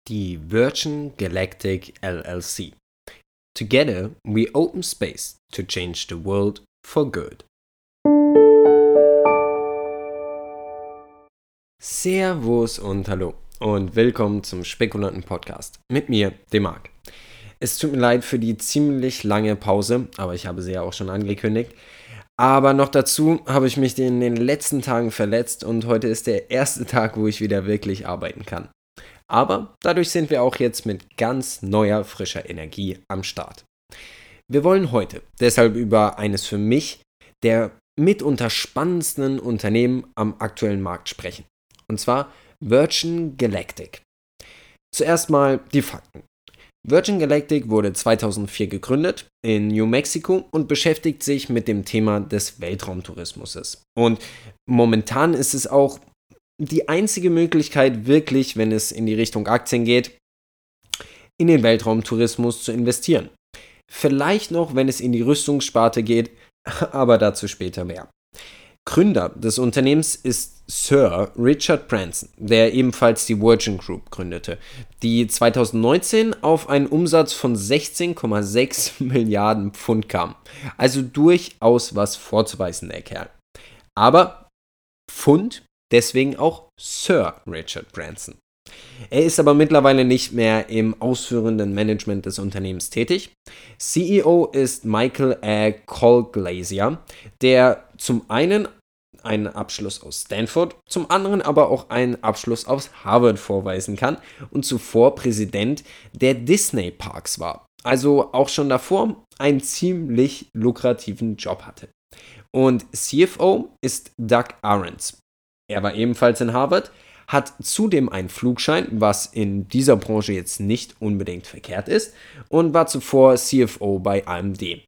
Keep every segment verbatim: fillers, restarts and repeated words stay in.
die Virgin Galactic L L C. Together we open space to change the world for good. Servus und hallo und willkommen zum Spekulanten-Podcast mit mir, dem Marc. Es tut mir leid für die ziemlich lange Pause, aber ich habe sie ja auch schon angekündigt. Aber noch dazu habe ich mich in den letzten Tagen verletzt und heute ist der erste Tag, wo ich wieder wirklich arbeiten kann. Aber dadurch sind wir auch jetzt mit ganz neuer, frischer Energie am Start. Wir wollen heute deshalb über eines für mich der mitunter spannendsten Unternehmen am aktuellen Markt sprechen. Und zwar Virgin Galactic. Zuerst mal die Fakten. Virgin Galactic wurde zweitausendvier gegründet in New Mexico und beschäftigt sich mit dem Thema des Weltraumtourismus. Und momentan ist es auch die einzige Möglichkeit, wirklich, wenn es in die Richtung Aktien geht, in den Weltraumtourismus zu investieren. Vielleicht noch, wenn es in die Rüstungssparte geht, aber dazu später mehr. Gründer des Unternehmens ist Sir Richard Branson, der ebenfalls die Virgin Group gründete, die zweitausendneunzehn auf einen Umsatz von sechzehn Komma sechs Milliarden Pfund kam. Also durchaus was vorzuweisen, der Kerl. Aber Pfund, deswegen auch Sir Richard Branson. Er ist aber mittlerweile nicht mehr im ausführenden Management des Unternehmens tätig. C E O ist Michael A. Colglazier, der zum einen einen Abschluss aus Stanford, zum anderen aber auch einen Abschluss aus Harvard vorweisen kann und zuvor Präsident der Disney Parks war. Also auch schon davor einen ziemlich lukrativen Job hatte. Und C F O ist Doug Ahrens. Er war ebenfalls in Harvard, hat zudem einen Flugschein, was in dieser Branche jetzt nicht unbedingt verkehrt ist, und war zuvor C F O bei A M D.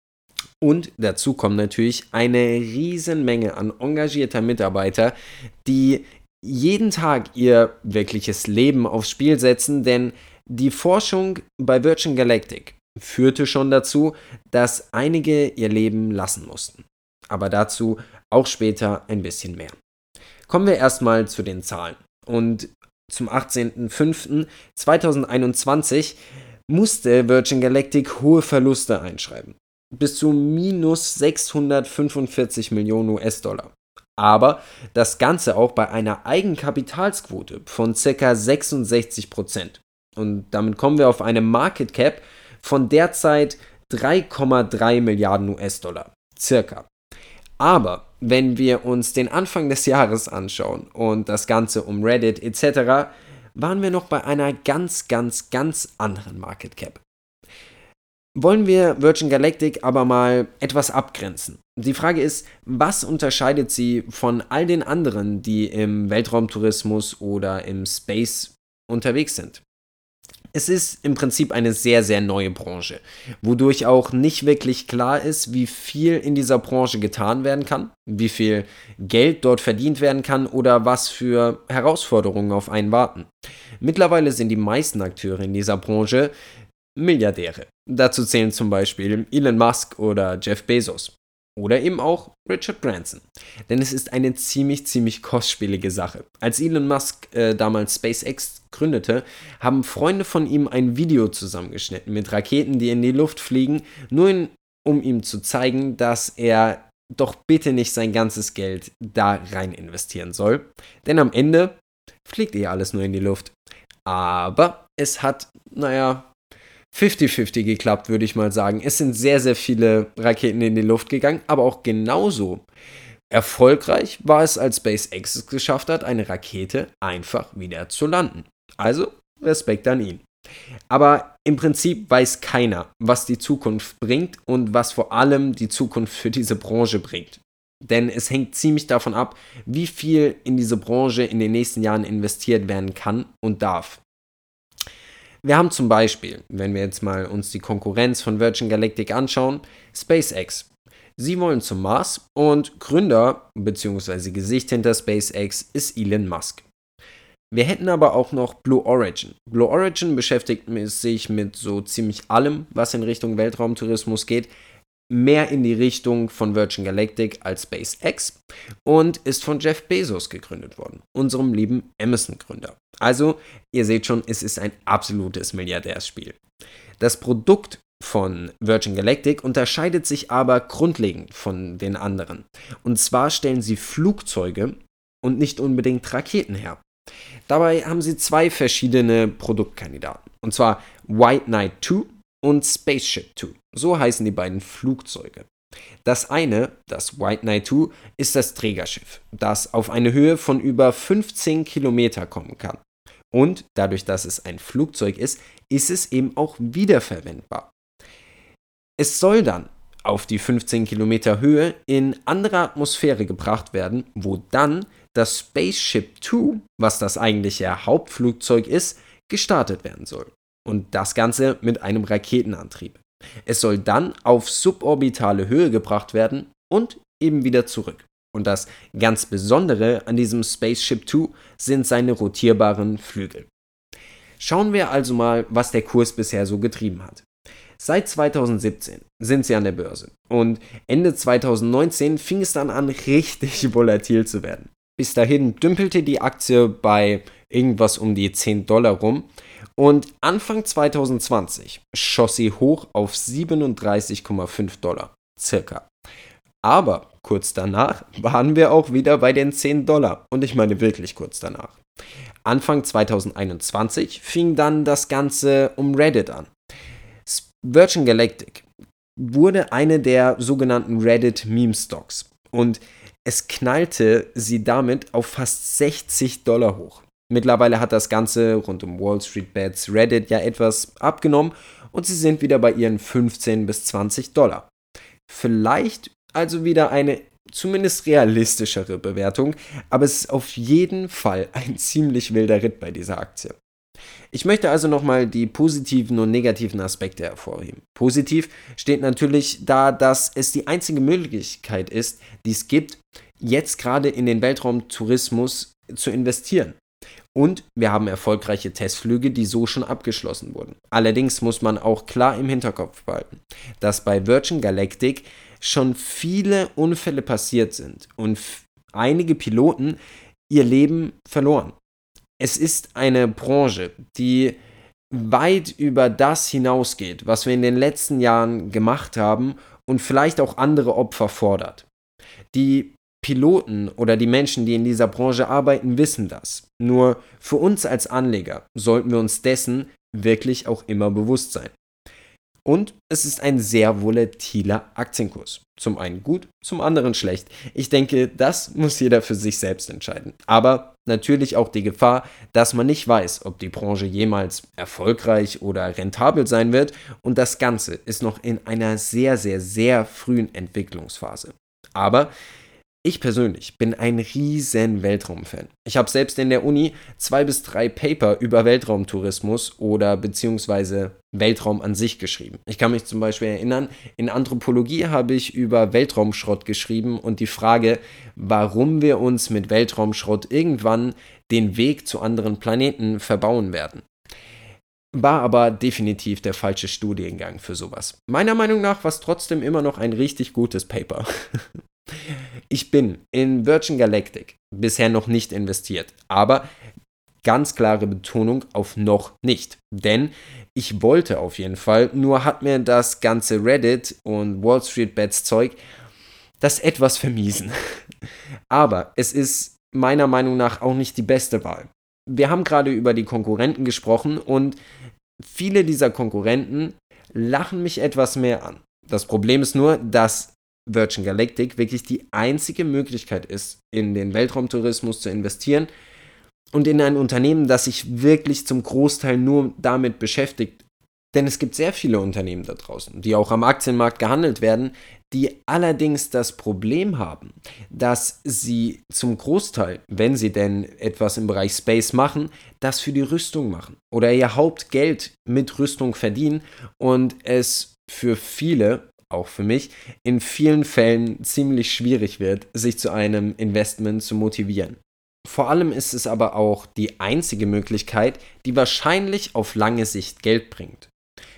Und dazu kommt natürlich eine Riesenmenge an engagierter Mitarbeiter, die jeden Tag ihr wirkliches Leben aufs Spiel setzen, denn die Forschung bei Virgin Galactic führte schon dazu, dass einige ihr Leben lassen mussten. Aber dazu auch später ein bisschen mehr. Kommen wir erstmal zu den Zahlen. Und zum achtzehnten fünften zweitausendeinundzwanzig musste Virgin Galactic hohe Verluste einschreiben. Bis zu minus sechshundertfünfundvierzig Millionen U S-Dollar. Aber das Ganze auch bei einer Eigenkapitalsquote von ca. sechsundsechzig Prozent. Und damit kommen wir auf eine Market Cap von derzeit drei Komma drei Milliarden U S-Dollar. Circa. Aber wenn wir uns den Anfang des Jahres anschauen und das Ganze um Reddit et cetera, waren wir noch bei einer ganz, ganz, ganz anderen Market Cap. Wollen wir Virgin Galactic aber mal etwas abgrenzen. Die Frage ist, was unterscheidet sie von all den anderen, die im Weltraumtourismus oder im Space unterwegs sind? Es ist im Prinzip eine sehr, sehr neue Branche, wodurch auch nicht wirklich klar ist, wie viel in dieser Branche getan werden kann, wie viel Geld dort verdient werden kann oder was für Herausforderungen auf einen warten. Mittlerweile sind die meisten Akteure in dieser Branche Milliardäre. Dazu zählen zum Beispiel Elon Musk oder Jeff Bezos. Oder eben auch Richard Branson. Denn es ist eine ziemlich, ziemlich kostspielige Sache. Als Elon Musk äh, damals SpaceX gründete, haben Freunde von ihm ein Video zusammengeschnitten mit Raketen, die in die Luft fliegen, nur in, um ihm zu zeigen, dass er doch bitte nicht sein ganzes Geld da rein investieren soll. Denn am Ende fliegt eh alles nur in die Luft. Aber es hat, naja, fünfzig fünfzig geklappt, würde ich mal sagen. Es sind sehr, sehr viele Raketen in die Luft gegangen, aber auch genauso erfolgreich war es, als SpaceX es geschafft hat, eine Rakete einfach wieder zu landen. Also Respekt an ihn. Aber im Prinzip weiß keiner, was die Zukunft bringt und was vor allem die Zukunft für diese Branche bringt. Denn es hängt ziemlich davon ab, wie viel in diese Branche in den nächsten Jahren investiert werden kann und darf. Wir haben zum Beispiel, wenn wir jetzt mal uns die Konkurrenz von Virgin Galactic anschauen, SpaceX. Sie wollen zum Mars und Gründer bzw. Gesicht hinter SpaceX ist Elon Musk. Wir hätten aber auch noch Blue Origin. Blue Origin beschäftigt sich mit so ziemlich allem, was in Richtung Weltraumtourismus geht. mehr in die Richtung von Virgin Galactic als SpaceX und ist von Jeff Bezos gegründet worden, unserem lieben Amazon-Gründer. Also, ihr seht schon, es ist ein absolutes Milliardärsspiel. Das Produkt von Virgin Galactic unterscheidet sich aber grundlegend von den anderen. Und zwar stellen sie Flugzeuge und nicht unbedingt Raketen her. Dabei haben sie zwei verschiedene Produktkandidaten. Und zwar White Knight zwei und Spaceship zwei. So heißen die beiden Flugzeuge. Das eine, das White Knight zwei, ist das Trägerschiff, das auf eine Höhe von über fünfzehn Kilometer kommen kann. Und dadurch, dass es ein Flugzeug ist, ist es eben auch wiederverwendbar. Es soll dann auf die fünfzehn Kilometer Höhe in andere Atmosphäre gebracht werden, wo dann das Spaceship zwei, was das eigentliche Hauptflugzeug ist, gestartet werden soll. Und das Ganze mit einem Raketenantrieb. Es soll dann auf suborbitale Höhe gebracht werden und eben wieder zurück. Und das ganz Besondere an diesem Spaceship zwei sind seine rotierbaren Flügel. Schauen wir also mal, was der Kurs bisher so getrieben hat. Seit zweitausendsiebzehn sind sie an der Börse und Ende zweitausendneunzehn fing es dann an, richtig volatil zu werden. Bis dahin dümpelte die Aktie bei irgendwas um die zehn Dollar rum und Anfang zweitausendzwanzig schoss sie hoch auf siebenunddreißig Komma fünf Dollar, circa. Aber kurz danach waren wir auch wieder bei den zehn Dollar und ich meine wirklich kurz danach. Anfang zweitausendeinundzwanzig fing dann das Ganze um Reddit an. Virgin Galactic wurde eine der sogenannten Reddit-Meme-Stocks und es knallte sie damit auf fast sechzig Dollar hoch. Mittlerweile hat das Ganze rund um Wall Street Bets Reddit ja etwas abgenommen und sie sind wieder bei ihren fünfzehn bis zwanzig Dollar. Vielleicht also wieder eine zumindest realistischere Bewertung, aber es ist auf jeden Fall ein ziemlich wilder Ritt bei dieser Aktie. Ich möchte also nochmal die positiven und negativen Aspekte hervorheben. Positiv steht natürlich da, dass es die einzige Möglichkeit ist, die es gibt, jetzt gerade in den Weltraumtourismus zu investieren. Und wir haben erfolgreiche Testflüge, die so schon abgeschlossen wurden. Allerdings muss man auch klar im Hinterkopf behalten, dass bei Virgin Galactic schon viele Unfälle passiert sind und f- einige Piloten ihr Leben verloren. Es ist eine Branche, die weit über das hinausgeht, was wir in den letzten Jahren gemacht haben und vielleicht auch andere Opfer fordert. Die Piloten oder die Menschen, die in dieser Branche arbeiten, wissen das. Nur für uns als Anleger sollten wir uns dessen wirklich auch immer bewusst sein. Und es ist ein sehr volatiler Aktienkurs. Zum einen gut, zum anderen schlecht. Ich denke, das muss jeder für sich selbst entscheiden. Aber natürlich auch die Gefahr, dass man nicht weiß, ob die Branche jemals erfolgreich oder rentabel sein wird. Und das Ganze ist noch in einer sehr, sehr, sehr frühen Entwicklungsphase. Aber ich persönlich bin ein riesen Weltraumfan. Ich habe selbst in der Uni zwei bis drei Paper über Weltraumtourismus oder beziehungsweise Weltraum an sich geschrieben. Ich kann mich zum Beispiel erinnern, in Anthropologie habe ich über Weltraumschrott geschrieben und die Frage, warum wir uns mit Weltraumschrott irgendwann den Weg zu anderen Planeten verbauen werden. War aber definitiv der falsche Studiengang für sowas. Meiner Meinung nach war es trotzdem immer noch ein richtig gutes Paper. Ich bin in Virgin Galactic bisher noch nicht investiert, aber ganz klare Betonung auf noch nicht, denn ich wollte auf jeden Fall, nur hat mir das ganze Reddit und Wall Street Bets Zeug das etwas vermiesen. Aber es ist meiner Meinung nach auch nicht die beste Wahl. Wir haben gerade über die Konkurrenten gesprochen und viele dieser Konkurrenten lachen mich etwas mehr an. Das Problem ist nur, dass Virgin Galactic wirklich die einzige Möglichkeit ist, in den Weltraumtourismus zu investieren und in ein Unternehmen, das sich wirklich zum Großteil nur damit beschäftigt. Denn es gibt sehr viele Unternehmen da draußen, die auch am Aktienmarkt gehandelt werden, die allerdings das Problem haben, dass sie zum Großteil, wenn sie denn etwas im Bereich Space machen, das für die Rüstung machen oder ihr Hauptgeld mit Rüstung verdienen und es für viele, auch für mich, in vielen Fällen ziemlich schwierig wird, sich zu einem Investment zu motivieren. Vor allem ist es aber auch die einzige Möglichkeit, die wahrscheinlich auf lange Sicht Geld bringt.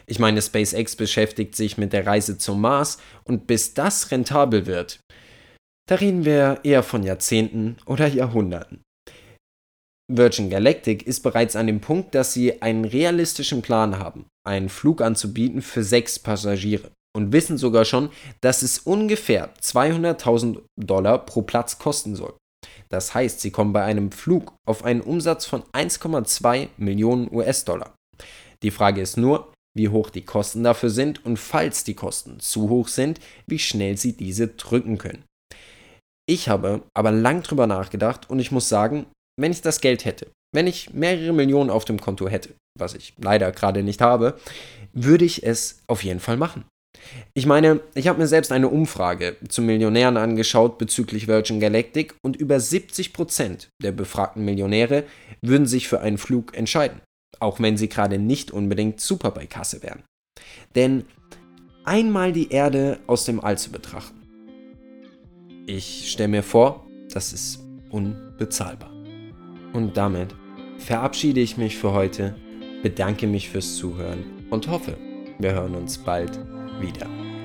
Ich meine, SpaceX beschäftigt sich mit der Reise zum Mars und bis das rentabel wird, da reden wir eher von Jahrzehnten oder Jahrhunderten. Virgin Galactic ist bereits an dem Punkt, dass sie einen realistischen Plan haben, einen Flug anzubieten für sechs Passagiere und wissen sogar schon, dass es ungefähr zweihunderttausend Dollar pro Platz kosten soll. Das heißt, sie kommen bei einem Flug auf einen Umsatz von eins Komma zwei Millionen U S-Dollar. Die Frage ist nur, wie hoch die Kosten dafür sind und falls die Kosten zu hoch sind, wie schnell sie diese drücken können. Ich habe aber lang drüber nachgedacht und ich muss sagen, wenn ich das Geld hätte, wenn ich mehrere Millionen auf dem Konto hätte, was ich leider gerade nicht habe, würde ich es auf jeden Fall machen. Ich meine, ich habe mir selbst eine Umfrage zu Millionären angeschaut bezüglich Virgin Galactic und über siebzig Prozent der befragten Millionäre würden sich für einen Flug entscheiden, auch wenn sie gerade nicht unbedingt super bei Kasse wären. Denn einmal die Erde aus dem All zu betrachten, ich stelle mir vor, das ist unbezahlbar. Und damit verabschiede ich mich für heute, bedanke mich fürs Zuhören und hoffe, wir hören uns bald wieder.